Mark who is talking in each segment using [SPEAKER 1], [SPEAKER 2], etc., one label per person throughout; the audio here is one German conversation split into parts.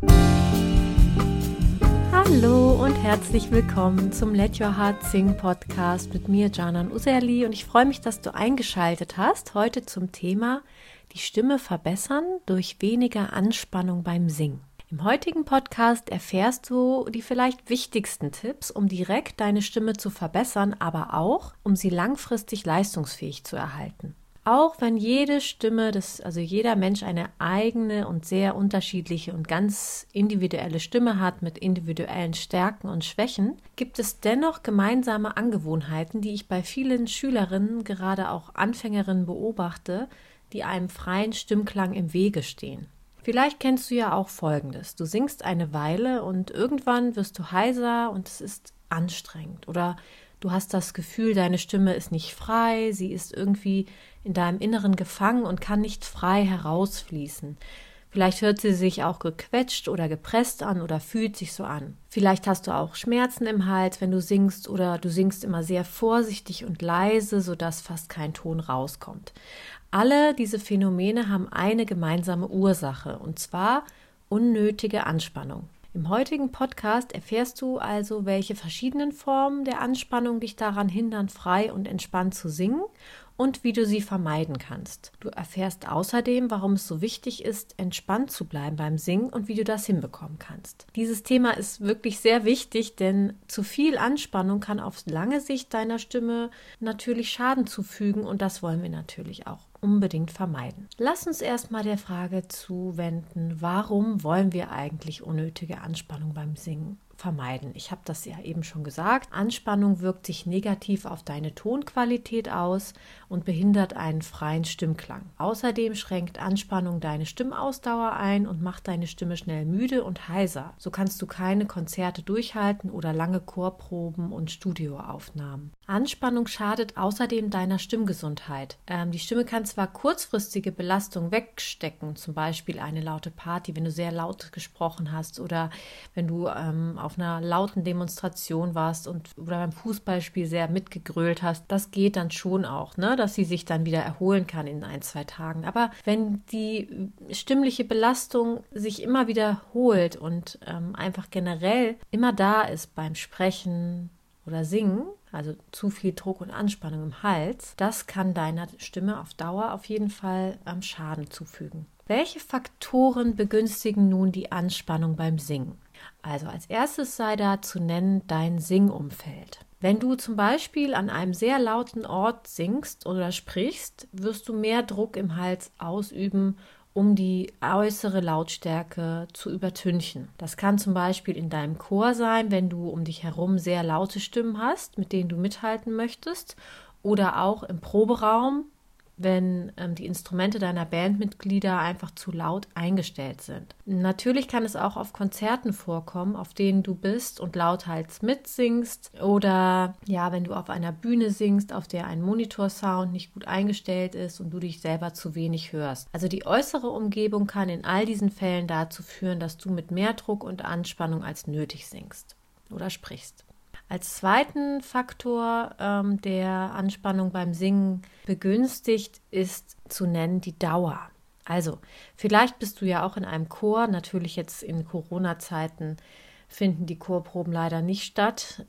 [SPEAKER 1] Hallo und herzlich willkommen zum Let Your Heart Sing Podcast mit mir, Canan Userli, und ich freue mich, dass du eingeschaltet hast, heute zum Thema die Stimme verbessern durch weniger Anspannung beim Singen. Im heutigen Podcast erfährst du die vielleicht wichtigsten Tipps, um direkt deine Stimme zu verbessern, aber auch, um sie langfristig leistungsfähig zu erhalten. Auch wenn jede Stimme, jeder Mensch eine eigene und sehr unterschiedliche und ganz individuelle Stimme hat mit individuellen Stärken und Schwächen, gibt es dennoch gemeinsame Angewohnheiten, die ich bei vielen Schülerinnen, gerade auch Anfängerinnen beobachte, die einem freien Stimmklang im Wege stehen. Vielleicht kennst du ja auch Folgendes: Du singst eine Weile und irgendwann wirst du heiser und es ist anstrengend, oder du hast das Gefühl, deine Stimme ist nicht frei, sie ist irgendwie in deinem Inneren gefangen und kann nicht frei herausfließen. Vielleicht hört sie sich auch gequetscht oder gepresst an oder fühlt sich so an. Vielleicht hast du auch Schmerzen im Hals, wenn du singst, oder du singst immer sehr vorsichtig und leise, sodass fast kein Ton rauskommt. Alle diese Phänomene haben eine gemeinsame Ursache, und zwar unnötige Anspannung. Im heutigen Podcast erfährst du also, welche verschiedenen Formen der Anspannung dich daran hindern, frei und entspannt zu singen und wie du sie vermeiden kannst. Du erfährst außerdem, warum es so wichtig ist, entspannt zu bleiben beim Singen und wie du das hinbekommen kannst. Dieses Thema ist wirklich sehr wichtig, denn zu viel Anspannung kann auf lange Sicht deiner Stimme natürlich Schaden zufügen, und das wollen wir natürlich auch unbedingt vermeiden. Lass uns erstmal der Frage zuwenden, warum wollen wir eigentlich unnötige Anspannung beim Singen vermeiden? Ich habe das ja eben schon gesagt. Anspannung wirkt sich negativ auf deine Tonqualität aus und behindert einen freien Stimmklang. Außerdem schränkt Anspannung deine Stimmausdauer ein und macht deine Stimme schnell müde und heiser. So kannst du keine Konzerte durchhalten oder lange Chorproben und Studioaufnahmen. Anspannung schadet außerdem deiner Stimmgesundheit. Die Stimme kann zwar kurzfristige Belastung wegstecken, zum Beispiel eine laute Party, wenn du sehr laut gesprochen hast, oder wenn du auf einer lauten Demonstration warst oder beim Fußballspiel sehr mitgegrölt hast. Das geht dann schon auch, dass sie sich dann wieder erholen kann in 1-2 Tagen. Aber wenn die stimmliche Belastung sich immer wiederholt und einfach generell immer da ist beim Sprechen oder Singen, also zu viel Druck und Anspannung im Hals, das kann deiner Stimme auf Dauer auf jeden Fall Schaden zufügen. Welche Faktoren begünstigen nun die Anspannung beim Singen? Also als erstes sei da zu nennen dein Singumfeld. Wenn du zum Beispiel an einem sehr lauten Ort singst oder sprichst, wirst du mehr Druck im Hals ausüben, um die äußere Lautstärke zu übertünchen. Das kann zum Beispiel in deinem Chor sein, wenn du um dich herum sehr laute Stimmen hast, mit denen du mithalten möchtest, oder auch im Proberaum, wenn die Instrumente deiner Bandmitglieder einfach zu laut eingestellt sind. Natürlich kann es auch auf Konzerten vorkommen, auf denen du bist und lauthals mitsingst, oder wenn du auf einer Bühne singst, auf der ein Monitorsound nicht gut eingestellt ist und du dich selber zu wenig hörst. Also die äußere Umgebung kann in all diesen Fällen dazu führen, dass du mit mehr Druck und Anspannung als nötig singst oder sprichst. Als zweiten Faktor, der Anspannung beim Singen begünstigt, ist zu nennen die Dauer. Also, vielleicht bist du ja auch in einem Chor. Natürlich jetzt in Corona-Zeiten finden die Chorproben leider nicht statt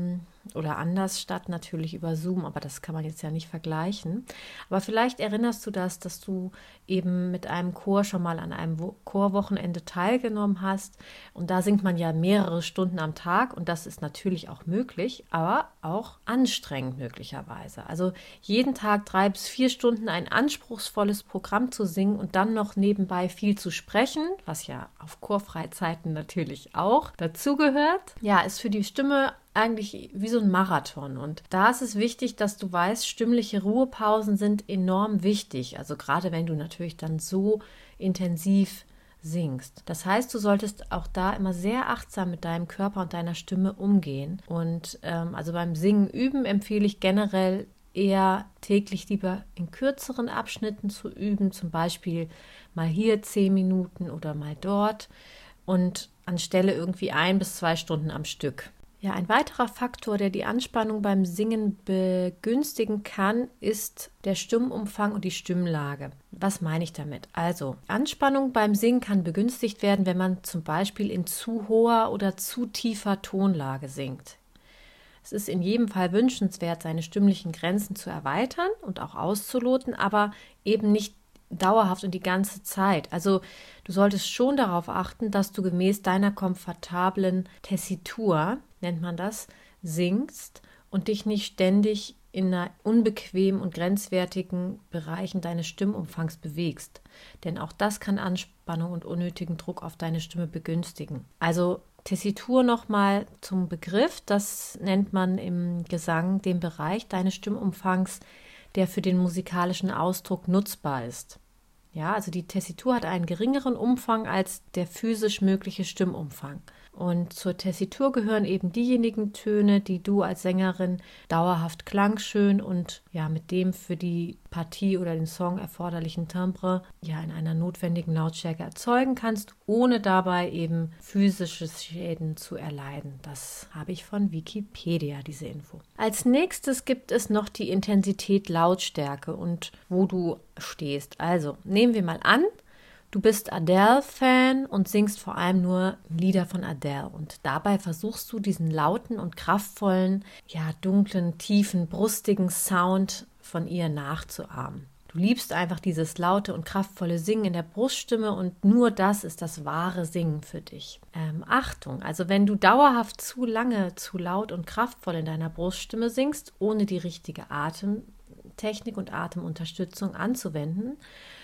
[SPEAKER 1] oder anders statt, natürlich über Zoom, aber das kann man jetzt ja nicht vergleichen. Aber vielleicht erinnerst du das, dass du eben mit einem Chor schon mal an einem Chorwochenende teilgenommen hast, und da singt man ja mehrere Stunden am Tag, und das ist natürlich auch möglich, aber auch anstrengend möglicherweise. Also jeden Tag 3 bis 4 Stunden ein anspruchsvolles Programm zu singen und dann noch nebenbei viel zu sprechen, was ja auf Chorfreizeiten natürlich auch dazugehört, ist für die Stimme eigentlich wie so ein Marathon. Und da ist es wichtig, dass du weißt, stimmliche Ruhepausen sind enorm wichtig. Also gerade wenn du natürlich dann so intensiv singst. Das heißt, du solltest auch da immer sehr achtsam mit deinem Körper und deiner Stimme umgehen. Und also beim Singen üben empfehle ich generell eher täglich lieber in kürzeren Abschnitten zu üben, zum Beispiel mal hier 10 Minuten oder mal dort, und anstelle irgendwie 1 bis 2 Stunden am Stück. Ja, ein weiterer Faktor, der die Anspannung beim Singen begünstigen kann, ist der Stimmumfang und die Stimmlage. Was meine ich damit? Also, Anspannung beim Singen kann begünstigt werden, wenn man zum Beispiel in zu hoher oder zu tiefer Tonlage singt. Es ist in jedem Fall wünschenswert, seine stimmlichen Grenzen zu erweitern und auch auszuloten, aber eben nicht dauerhaft und die ganze Zeit. Also du solltest schon darauf achten, dass du gemäß deiner komfortablen Tessitur, nennt man das, singst und dich nicht ständig in einer unbequemen und grenzwertigen Bereichen deines Stimmumfangs bewegst. Denn auch das kann Anspannung und unnötigen Druck auf deine Stimme begünstigen. Also Tessitur nochmal zum Begriff, das nennt man im Gesang den Bereich deines Stimmumfangs, der für den musikalischen Ausdruck nutzbar ist. Ja, also die Tessitur hat einen geringeren Umfang als der physisch mögliche Stimmumfang. Und zur Tessitur gehören eben diejenigen Töne, die du als Sängerin dauerhaft klangschön und ja mit dem für die Partie oder den Song erforderlichen Timbre ja in einer notwendigen Lautstärke erzeugen kannst, ohne dabei eben physische Schäden zu erleiden. Das habe ich von Wikipedia, diese Info. Als nächstes gibt es noch die Intensität Lautstärke und wo du stehst. Also nehmen wir mal an, du bist Adele-Fan und singst vor allem nur Lieder von Adele. Und dabei versuchst du diesen lauten und kraftvollen, ja dunklen, tiefen, brustigen Sound von ihr nachzuahmen. Du liebst einfach dieses laute und kraftvolle Singen in der Bruststimme und nur das ist das wahre Singen für dich. Achtung, also wenn du dauerhaft zu lange, zu laut und kraftvoll in deiner Bruststimme singst, ohne die richtige Atemtechnik und Atemunterstützung anzuwenden,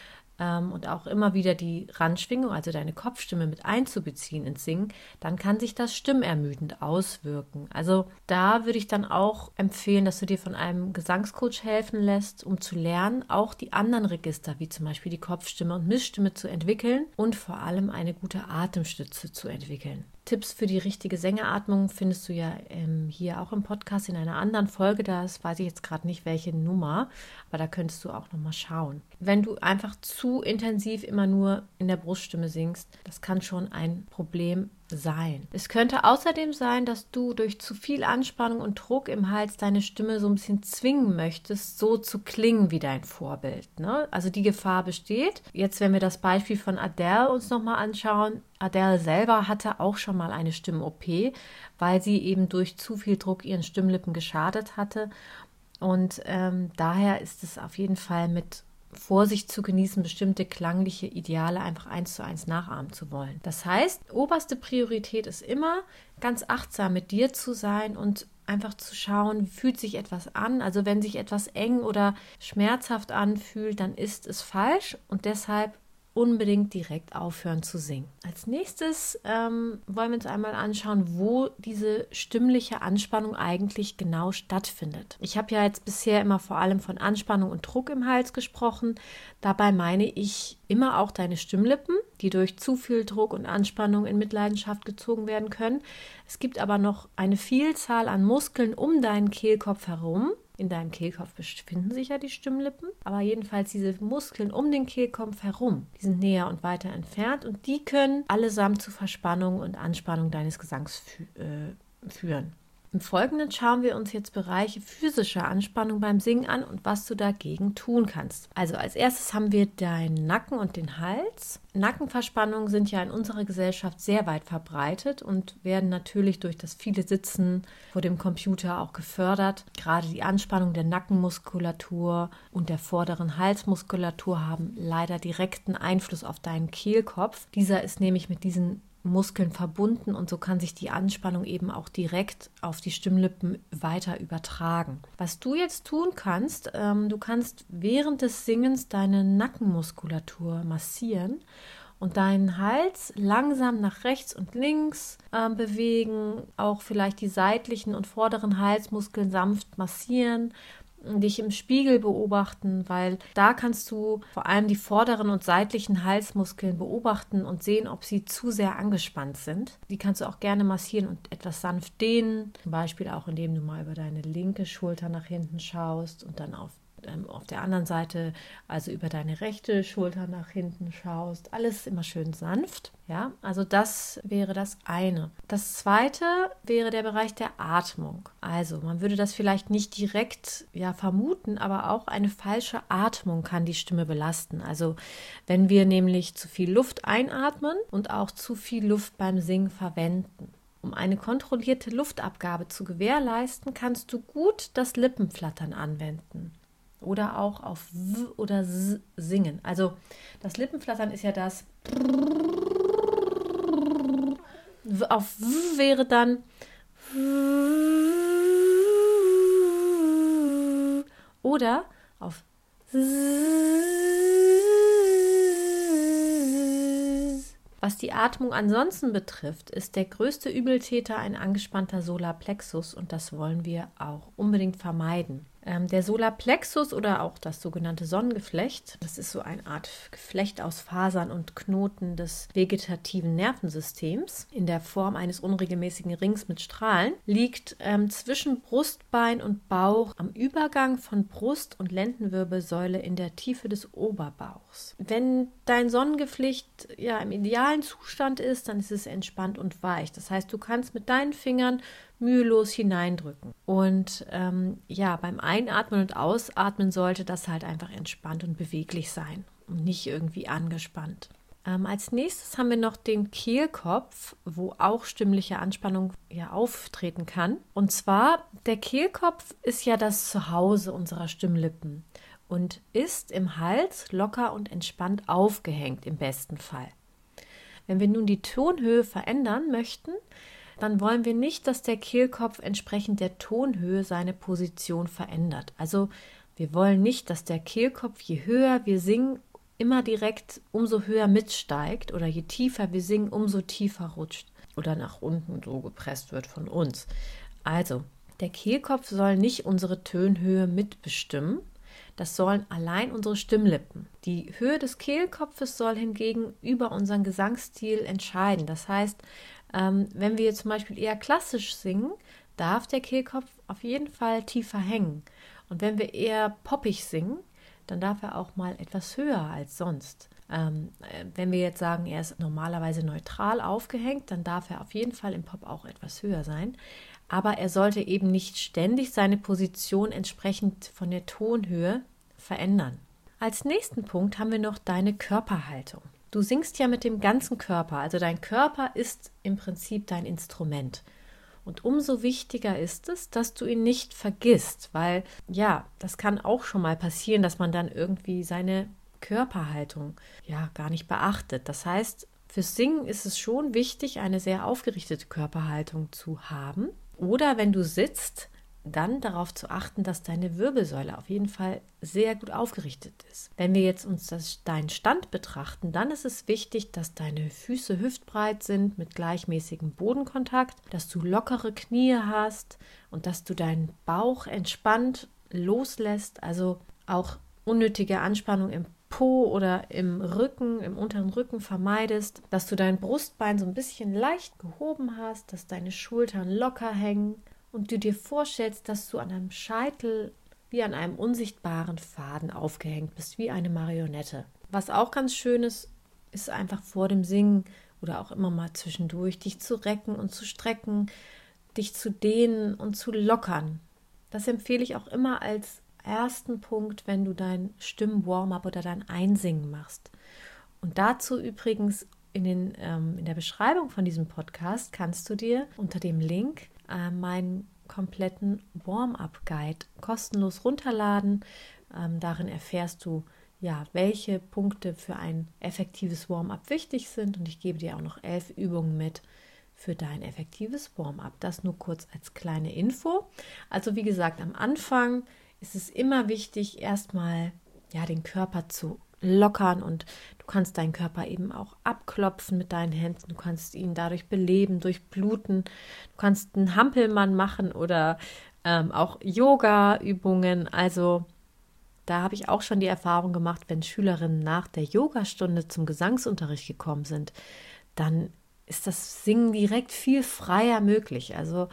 [SPEAKER 1] und auch immer wieder die Randschwingung, also deine Kopfstimme mit einzubeziehen ins Singen, dann kann sich das stimmermüdend auswirken. Also da würde ich dann auch empfehlen, dass du dir von einem Gesangscoach helfen lässt, um zu lernen, auch die anderen Register, wie zum Beispiel die Kopfstimme und Missstimme zu entwickeln und vor allem eine gute Atemstütze zu entwickeln. Tipps für die richtige Sängeratmung findest du ja hier auch im Podcast in einer anderen Folge. Das weiß ich jetzt gerade nicht, welche Nummer, aber da könntest du auch nochmal schauen. Wenn du einfach zu intensiv immer nur in der Bruststimme singst, das kann schon ein Problem sein. Es könnte außerdem sein, dass du durch zu viel Anspannung und Druck im Hals deine Stimme so ein bisschen zwingen möchtest, so zu klingen wie dein Vorbild. Ne? Also die Gefahr besteht. Jetzt, wenn wir das Beispiel von Adele uns nochmal anschauen, Adele selber hatte auch schon mal eine Stimm-OP, weil sie eben durch zu viel Druck ihren Stimmlippen geschadet hatte. Und daher ist es auf jeden Fall mit Vorsicht zu genießen, bestimmte klangliche Ideale einfach 1:1 nachahmen zu wollen. Das heißt, oberste Priorität ist immer, ganz achtsam mit dir zu sein und einfach zu schauen, wie fühlt sich etwas an. Also wenn sich etwas eng oder schmerzhaft anfühlt, dann ist es falsch und deshalb unbedingt direkt aufhören zu singen. Als nächstes wollen wir uns einmal anschauen, wo diese stimmliche Anspannung eigentlich genau stattfindet. Ich habe ja jetzt bisher immer vor allem von Anspannung und Druck im Hals gesprochen. Dabei meine ich immer auch deine Stimmlippen, die durch zu viel Druck und Anspannung in Mitleidenschaft gezogen werden können. Es gibt aber noch eine Vielzahl an Muskeln um deinen Kehlkopf herum. In deinem Kehlkopf befinden sich ja die Stimmlippen, aber jedenfalls diese Muskeln um den Kehlkopf herum, die sind näher und weiter entfernt und die können allesamt zu Verspannung und Anspannung deines Gesangs führen. Im Folgenden schauen wir uns jetzt Bereiche physischer Anspannung beim Singen an und was du dagegen tun kannst. Also als erstes haben wir deinen Nacken und den Hals. Nackenverspannungen sind ja in unserer Gesellschaft sehr weit verbreitet und werden natürlich durch das viele Sitzen vor dem Computer auch gefördert. Gerade die Anspannung der Nackenmuskulatur und der vorderen Halsmuskulatur haben leider direkten Einfluss auf deinen Kehlkopf. Dieser ist nämlich mit diesen Muskeln verbunden und so kann sich die Anspannung eben auch direkt auf die Stimmlippen weiter übertragen. Was du jetzt tun kannst, du kannst während des Singens deine Nackenmuskulatur massieren und deinen Hals langsam nach rechts und links bewegen, auch vielleicht die seitlichen und vorderen Halsmuskeln sanft massieren, dich im Spiegel beobachten, weil da kannst du vor allem die vorderen und seitlichen Halsmuskeln beobachten und sehen, ob sie zu sehr angespannt sind. Die kannst du auch gerne massieren und etwas sanft dehnen, zum Beispiel auch indem du mal über deine linke Schulter nach hinten schaust und dann auf auf der anderen Seite, also über deine rechte Schulter nach hinten schaust. Alles immer schön sanft. Ja, also das wäre das eine. Das zweite wäre der Bereich der Atmung. Also man würde das vielleicht nicht direkt vermuten, aber auch eine falsche Atmung kann die Stimme belasten. Also wenn wir nämlich zu viel Luft einatmen und auch zu viel Luft beim Singen verwenden. Um eine kontrollierte Luftabgabe zu gewährleisten, kannst du gut das Lippenflattern anwenden. Oder auch auf W oder S singen. Also das Lippenflattern ist ja das. Auf W wäre dann. Oder auf S. Was die Atmung ansonsten betrifft, ist der größte Übeltäter ein angespannter Solarplexus und das wollen wir auch unbedingt vermeiden. Der Solarplexus oder auch das sogenannte Sonnengeflecht, das ist so eine Art Geflecht aus Fasern und Knoten des vegetativen Nervensystems in der Form eines unregelmäßigen Rings mit Strahlen, liegt zwischen Brustbein und Bauch am Übergang von Brust- und Lendenwirbelsäule in der Tiefe des Oberbauchs. Wenn dein Sonnengeflecht im idealen Zustand ist, dann ist es entspannt und weich. Das heißt, du kannst mit deinen Fingern mühelos hineindrücken. Und beim Einatmen und Ausatmen sollte das halt einfach entspannt und beweglich sein und nicht irgendwie angespannt. Als nächstes haben wir noch den Kehlkopf, wo auch stimmliche Anspannung auftreten kann. Und zwar, der Kehlkopf ist ja das Zuhause unserer Stimmlippen und ist im Hals locker und entspannt aufgehängt im besten Fall. Wenn wir nun die Tonhöhe verändern möchten, dann wollen wir nicht, dass der Kehlkopf entsprechend der Tonhöhe seine Position verändert. Also wir wollen nicht, dass der Kehlkopf, je höher wir singen, immer direkt umso höher mitsteigt oder je tiefer wir singen, umso tiefer rutscht oder nach unten so gepresst wird von uns. Also der Kehlkopf soll nicht unsere Tonhöhe mitbestimmen. Das sollen allein unsere Stimmlippen. Die Höhe des Kehlkopfes soll hingegen über unseren Gesangsstil entscheiden. Das heißt, wenn wir jetzt zum Beispiel eher klassisch singen, darf der Kehlkopf auf jeden Fall tiefer hängen. Und wenn wir eher poppig singen, dann darf er auch mal etwas höher als sonst. Wenn wir jetzt sagen, er ist normalerweise neutral aufgehängt, dann darf er auf jeden Fall im Pop auch etwas höher sein. Aber er sollte eben nicht ständig seine Position entsprechend von der Tonhöhe verändern. Als nächsten Punkt haben wir noch deine Körperhaltung. Du singst ja mit dem ganzen Körper, also dein Körper ist im Prinzip dein Instrument. Und umso wichtiger ist es, dass du ihn nicht vergisst, weil das kann auch schon mal passieren, dass man dann irgendwie seine Körperhaltung gar nicht beachtet. Das heißt, fürs Singen ist es schon wichtig, eine sehr aufgerichtete Körperhaltung zu haben. Oder wenn du sitzt, dann darauf zu achten, dass deine Wirbelsäule auf jeden Fall sehr gut aufgerichtet ist. Wenn wir jetzt uns deinen Stand betrachten, dann ist es wichtig, dass deine Füße hüftbreit sind mit gleichmäßigem Bodenkontakt, dass du lockere Knie hast und dass du deinen Bauch entspannt loslässt, also auch unnötige Anspannung im Po oder im Rücken, im unteren Rücken vermeidest, dass du dein Brustbein so ein bisschen leicht gehoben hast, dass deine Schultern locker hängen und du dir vorstellst, dass du an einem Scheitel wie an einem unsichtbaren Faden aufgehängt bist, wie eine Marionette. Was auch ganz schön ist, ist einfach vor dem Singen oder auch immer mal zwischendurch dich zu recken und zu strecken, dich zu dehnen und zu lockern. Das empfehle ich auch immer als ersten Punkt, wenn du dein Stimm-Warm-up oder dein Einsingen machst. Und dazu übrigens in der Beschreibung von diesem Podcast kannst du dir unter dem Link meinen kompletten Warm-up-Guide kostenlos runterladen. Darin erfährst du, welche Punkte für ein effektives Warm-up wichtig sind und ich gebe dir auch noch 11 Übungen mit für dein effektives Warm-up. Das nur kurz als kleine Info. Also wie gesagt, am Anfang ist es immer wichtig, erstmal den Körper zu lockern und du kannst deinen Körper eben auch abklopfen mit deinen Händen. Du kannst ihn dadurch beleben, durchbluten. Du kannst einen Hampelmann machen oder auch Yoga-Übungen. Also da habe ich auch schon die Erfahrung gemacht, wenn Schülerinnen nach der Yogastunde zum Gesangsunterricht gekommen sind, dann ist das Singen direkt viel freier möglich. Also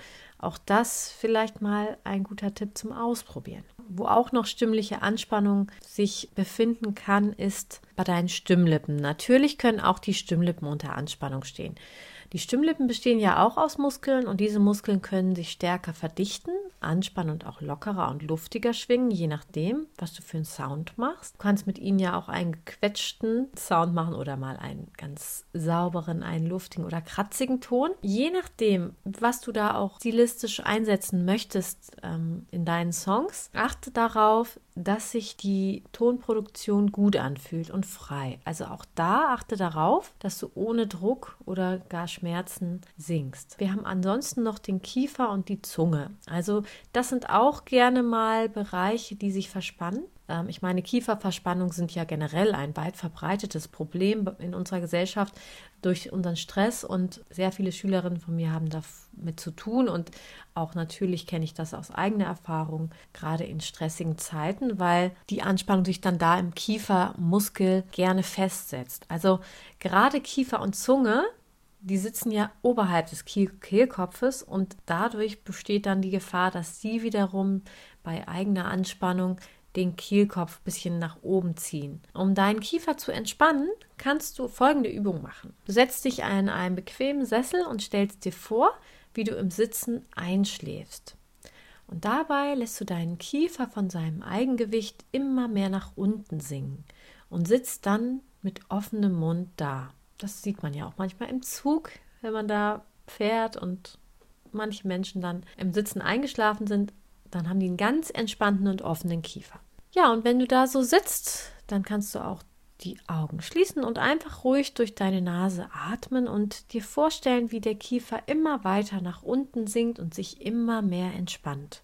[SPEAKER 1] Auch das vielleicht mal ein guter Tipp zum Ausprobieren. Wo auch noch stimmliche Anspannung sich befinden kann, ist bei deinen Stimmlippen. Natürlich können auch die Stimmlippen unter Anspannung stehen. Die Stimmlippen bestehen ja auch aus Muskeln und diese Muskeln können sich stärker verdichten, anspannen und auch lockerer und luftiger schwingen, je nachdem, was du für einen Sound machst. Du kannst mit ihnen ja auch einen gequetschten Sound machen oder mal einen ganz sauberen, einen luftigen oder kratzigen Ton. Je nachdem, was du da auch stilistisch einsetzen möchtest in deinen Songs, achte darauf, dass sich die Tonproduktion gut anfühlt und frei. Also auch da achte darauf, dass du ohne Druck oder gar Schmerzen singst. Wir haben ansonsten noch den Kiefer und die Zunge. Also das sind auch gerne mal Bereiche, die sich verspannen. Ich meine, Kieferverspannungen sind ja generell ein weit verbreitetes Problem in unserer Gesellschaft durch unseren Stress und sehr viele Schülerinnen von mir haben damit zu tun und auch natürlich kenne ich das aus eigener Erfahrung, gerade in stressigen Zeiten, weil die Anspannung sich dann da im Kiefermuskel gerne festsetzt. Also gerade Kiefer und Zunge, die sitzen ja oberhalb des Kehlkopfes und dadurch besteht dann die Gefahr, dass sie wiederum bei eigener Anspannung den Kehlkopf ein bisschen nach oben ziehen. Um deinen Kiefer zu entspannen, kannst du folgende Übung machen. Du setzt dich in einen bequemen Sessel und stellst dir vor, wie du im Sitzen einschläfst. Und dabei lässt du deinen Kiefer von seinem Eigengewicht immer mehr nach unten sinken und sitzt dann mit offenem Mund da. Das sieht man ja auch manchmal im Zug, wenn man da fährt und manche Menschen dann im Sitzen eingeschlafen sind, dann haben die einen ganz entspannten und offenen Kiefer. Ja, und wenn du da so sitzt, dann kannst du auch die Augen schließen und einfach ruhig durch deine Nase atmen und dir vorstellen, wie der Kiefer immer weiter nach unten sinkt und sich immer mehr entspannt.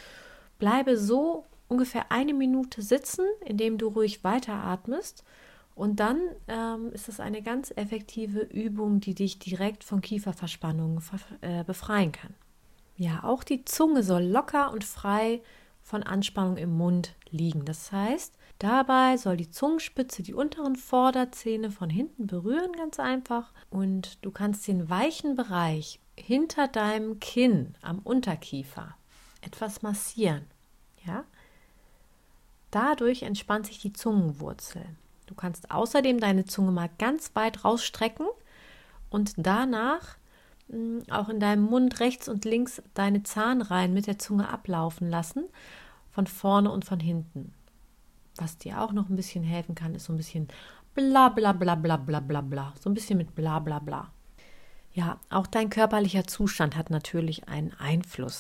[SPEAKER 1] Bleibe so ungefähr 1 Minute sitzen, indem du ruhig weiteratmest. Und dann ist es eine ganz effektive Übung, die dich direkt von Kieferverspannungen befreien kann. Ja, auch die Zunge soll locker und frei von Anspannung im Mund liegen. Das heißt, dabei soll die Zungenspitze die unteren Vorderzähne von hinten berühren, ganz einfach. Und du kannst den weichen Bereich hinter deinem Kinn am Unterkiefer etwas massieren. Ja? Dadurch entspannt sich die Zungenwurzel. Du kannst außerdem deine Zunge mal ganz weit rausstrecken und danach auch in deinem Mund rechts und links deine Zahnreihen mit der Zunge ablaufen lassen, von vorne und von hinten. Was dir auch noch ein bisschen helfen kann, ist so ein bisschen bla bla bla bla bla bla bla. So ein bisschen mit bla bla bla. Ja, auch dein körperlicher Zustand hat natürlich einen Einfluss.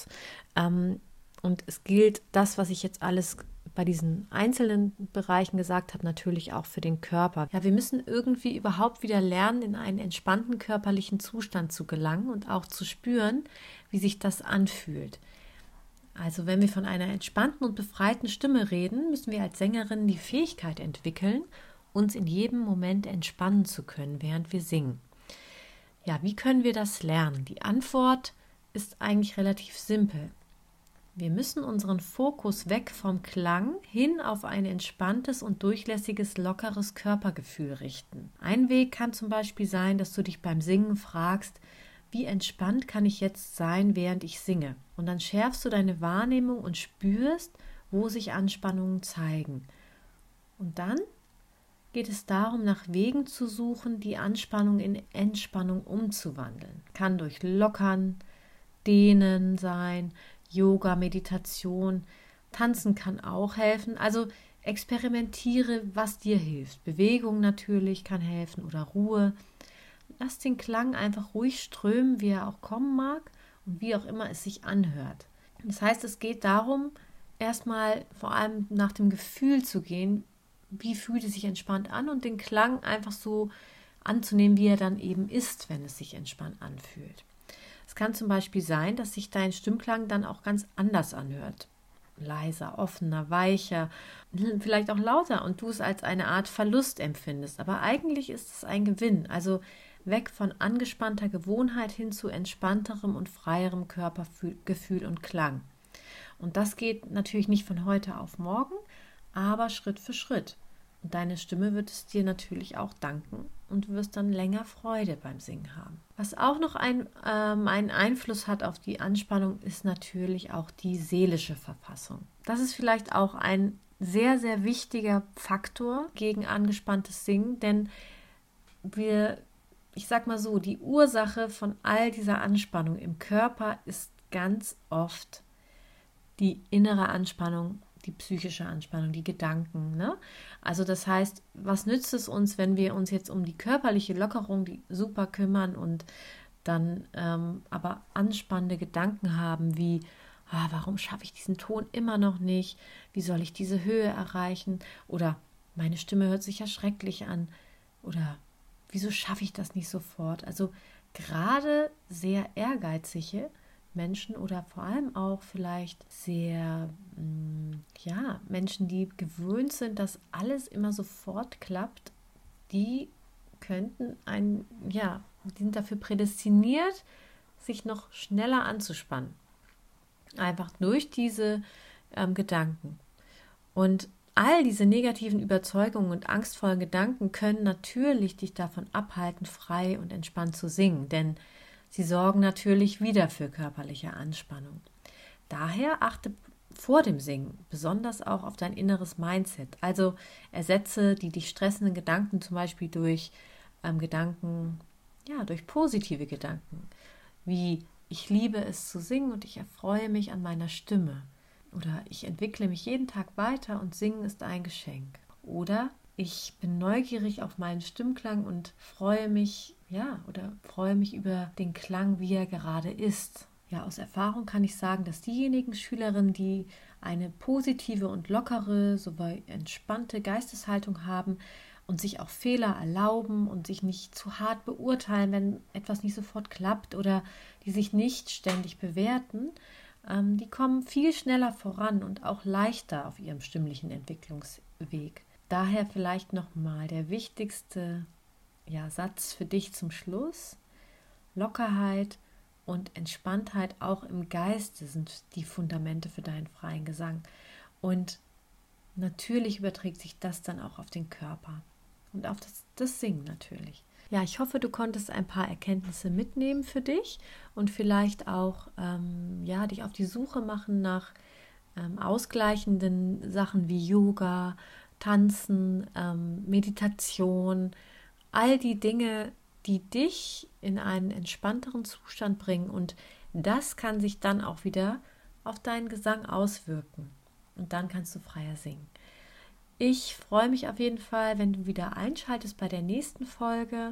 [SPEAKER 1] Und es gilt das, was ich jetzt alles bei diesen einzelnen Bereichen gesagt habe, natürlich auch für den Körper. Ja, wir müssen irgendwie überhaupt wieder lernen, in einen entspannten körperlichen Zustand zu gelangen und auch zu spüren, wie sich das anfühlt. Also wenn wir von einer entspannten und befreiten Stimme reden, müssen wir als Sängerin die Fähigkeit entwickeln, uns in jedem Moment entspannen zu können, während wir singen. Ja, wie können wir das lernen? Die Antwort ist eigentlich relativ simpel. Wir müssen unseren Fokus weg vom Klang hin auf ein entspanntes und durchlässiges, lockeres Körpergefühl richten. Ein Weg kann zum Beispiel sein, dass du dich beim Singen fragst, wie entspannt kann ich jetzt sein, während ich singe? Und dann schärfst du deine Wahrnehmung und spürst, wo sich Anspannungen zeigen. Und dann geht es darum, nach Wegen zu suchen, die Anspannung in Entspannung umzuwandeln. Kann durch Lockern, Dehnen sein, Yoga, Meditation, Tanzen kann auch helfen. Also experimentiere, was dir hilft. Bewegung natürlich kann helfen oder Ruhe. Lass den Klang einfach ruhig strömen, wie er auch kommen mag und wie auch immer es sich anhört. Das heißt, es geht darum, erstmal vor allem nach dem Gefühl zu gehen, wie fühlt es sich entspannt an und den Klang einfach so anzunehmen, wie er dann eben ist, wenn es sich entspannt anfühlt. Es kann zum Beispiel sein, dass sich dein Stimmklang dann auch ganz anders anhört. Leiser, offener, weicher, vielleicht auch lauter und du es als eine Art Verlust empfindest. Aber eigentlich ist es ein Gewinn. Also weg von angespannter Gewohnheit hin zu entspannterem und freierem Körpergefühl und Klang. Und das geht natürlich nicht von heute auf morgen, aber Schritt für Schritt. Und deine Stimme wird es dir natürlich auch danken und du wirst dann länger Freude beim Singen haben. Was auch noch einen Einfluss hat auf die Anspannung, ist natürlich auch die seelische Verfassung. Das ist vielleicht auch ein sehr, sehr wichtiger Faktor gegen angespanntes Singen, denn ich sag mal so, die Ursache von all dieser Anspannung im Körper ist ganz oft die innere Anspannung, die psychische Anspannung, die Gedanken. Ne? Also das heißt, was nützt es uns, wenn wir uns jetzt um die körperliche Lockerung super kümmern und dann aber anspannende Gedanken haben wie, warum schaffe ich diesen Ton immer noch nicht? Wie soll ich diese Höhe erreichen? Oder meine Stimme hört sich ja schrecklich an. Oder wieso schaffe ich das nicht sofort? Also gerade sehr ehrgeizige Menschen oder vor allem auch vielleicht sehr, Menschen, die gewöhnt sind, dass alles immer sofort klappt, die die sind dafür prädestiniert, sich noch schneller anzuspannen. Einfach durch diese Gedanken. Und all diese negativen Überzeugungen und angstvollen Gedanken können natürlich dich davon abhalten, frei und entspannt zu singen, denn sie sorgen natürlich wieder für körperliche Anspannung. Daher achte vor dem Singen besonders auch auf dein inneres Mindset. Also ersetze die dich stressenden Gedanken zum Beispiel durch durch positive Gedanken, wie ich liebe es zu singen und ich erfreue mich an meiner Stimme. Oder ich entwickle mich jeden Tag weiter und Singen ist ein Geschenk. Oder ich bin neugierig auf meinen Stimmklang und freue mich über den Klang, wie er gerade ist. Ja, aus Erfahrung kann ich sagen, dass diejenigen Schülerinnen, die eine positive und lockere sowie entspannte Geisteshaltung haben und sich auch Fehler erlauben und sich nicht zu hart beurteilen, wenn etwas nicht sofort klappt oder die sich nicht ständig bewerten, die kommen viel schneller voran und auch leichter auf ihrem stimmlichen Entwicklungsweg. Daher vielleicht nochmal der wichtigste Satz für dich zum Schluss. Lockerheit und Entspanntheit auch im Geiste sind die Fundamente für deinen freien Gesang. Und natürlich überträgt sich das dann auch auf den Körper und auf das Singen natürlich. Ja, ich hoffe, du konntest ein paar Erkenntnisse mitnehmen für dich und vielleicht auch dich auf die Suche machen nach ausgleichenden Sachen wie Yoga, Tanzen, Meditation, all die Dinge, die dich in einen entspannteren Zustand bringen, und das kann sich dann auch wieder auf deinen Gesang auswirken und dann kannst du freier singen. Ich freue mich auf jeden Fall, wenn du wieder einschaltest bei der nächsten Folge.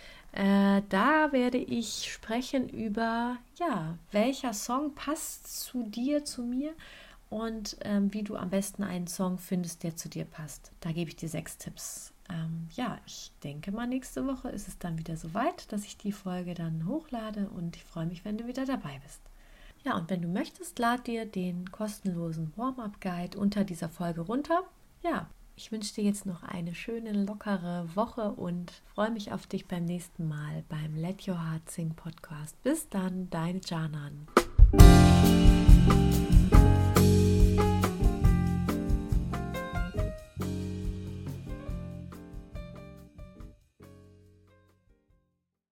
[SPEAKER 1] Da werde ich sprechen über, welcher Song passt zu dir, zu mir und wie du am besten einen Song findest, der zu dir passt. Da gebe ich dir 6 Tipps. Ich denke mal, nächste Woche ist es dann wieder soweit, dass ich die Folge dann hochlade und ich freue mich, wenn du wieder dabei bist. Ja, und wenn du möchtest, lad dir den kostenlosen Warm-Up-Guide unter dieser Folge runter. Ja, ich wünsche dir jetzt noch eine schöne, lockere Woche und freue mich auf dich beim nächsten Mal beim Let Your Heart Sing Podcast. Bis dann, deine Janan.